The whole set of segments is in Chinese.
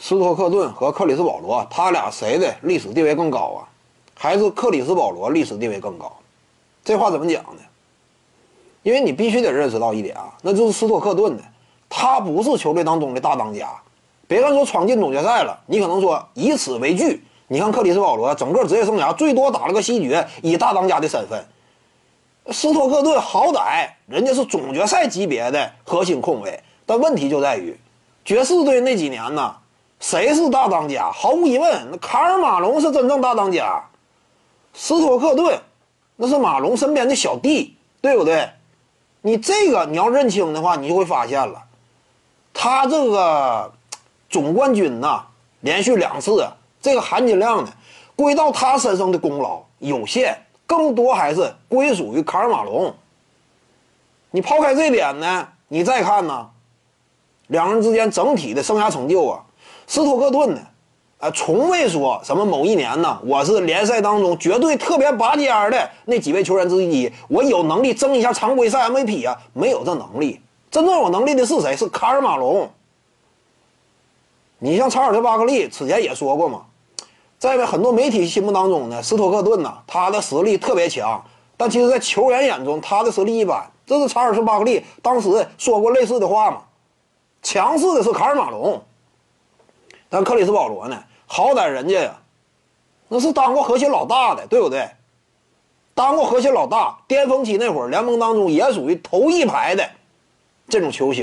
斯托克顿和克里斯保罗，他俩谁的历史地位更高啊？还是克里斯保罗历史地位更高？这话怎么讲呢？因为你必须得认识到一点啊，那就是斯托克顿的，他不是球队当中的大当家。别看说闯进总决赛了，你可能说以此为据，你看克里斯保罗整个职业生涯最多打了个西决，以大当家的身份。斯托克顿好歹人家是总决赛级别的核心控卫，但问题就在于，爵士队那几年呢，谁是大当家？毫无疑问，那卡尔马龙是真正大当家，斯托克顿那是马龙身边的小弟，对不对？你这个你要认清的话，你就会发现了，他这个总冠军呐，连续2次，这个含金量呢，归到他身上的功劳有限，更多还是归属于卡尔马龙。你抛开这点呢，你再看呢，两人之间整体的生涯成就啊，斯托克顿呢，从未说什么某一年呢，我是联赛当中绝对特别拔尖的那几位球员之一，我有能力争一下常规赛 MVP 啊，没有这能力。真正有能力的是谁？是卡尔马龙。你像查尔斯巴克利此前也说过嘛，在很多媒体心目当中呢，斯托克顿呢，他的实力特别强，但其实在球员眼中他的实力一般。这是查尔斯巴克利当时说过类似的话嘛，强势的是卡尔马龙。但克里斯保罗呢，好歹人家呀，那是当过核心老大的，对不对？当过核心老大，巅峰期那会儿，联盟当中也属于头一排的这种球星。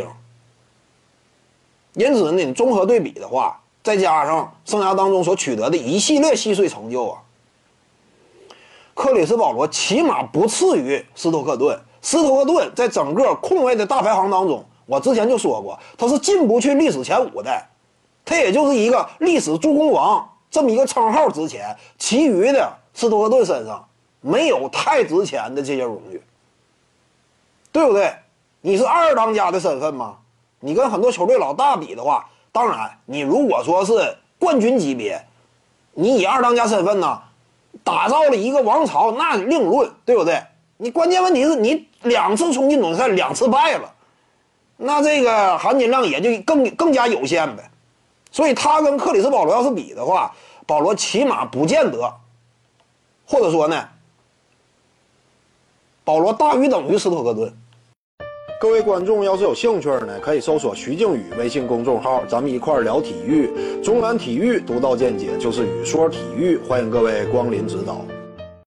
因此呢，你综合对比的话，再加上生涯当中所取得的一系列细碎成就啊，克里斯保罗起码不次于斯托克顿。斯托克顿在整个控卫的大排行当中，我之前就说过，他是进不去历史前5的，他也就是一个历史助攻王这么一个称号值钱，其余的斯托克顿身上没有太值钱的这些荣誉，对不对？你是2当家的身份吗？你跟很多球队老大比的话，当然你如果说是冠军级别，你以2当家身份呢，打造了一个王朝，那另论，对不对？你关键问题是你2次冲进总决赛2次败了，那这个含金量也就更加有限呗。所以他跟克里斯保罗要是比的话，保罗起码不见得，或者说呢，保罗大于等于斯托克顿。各位观众要是有兴趣呢，可以搜索徐静宇微信公众号，咱们一块儿聊体育。中南体育独到见解就是语说体育，欢迎各位光临指导。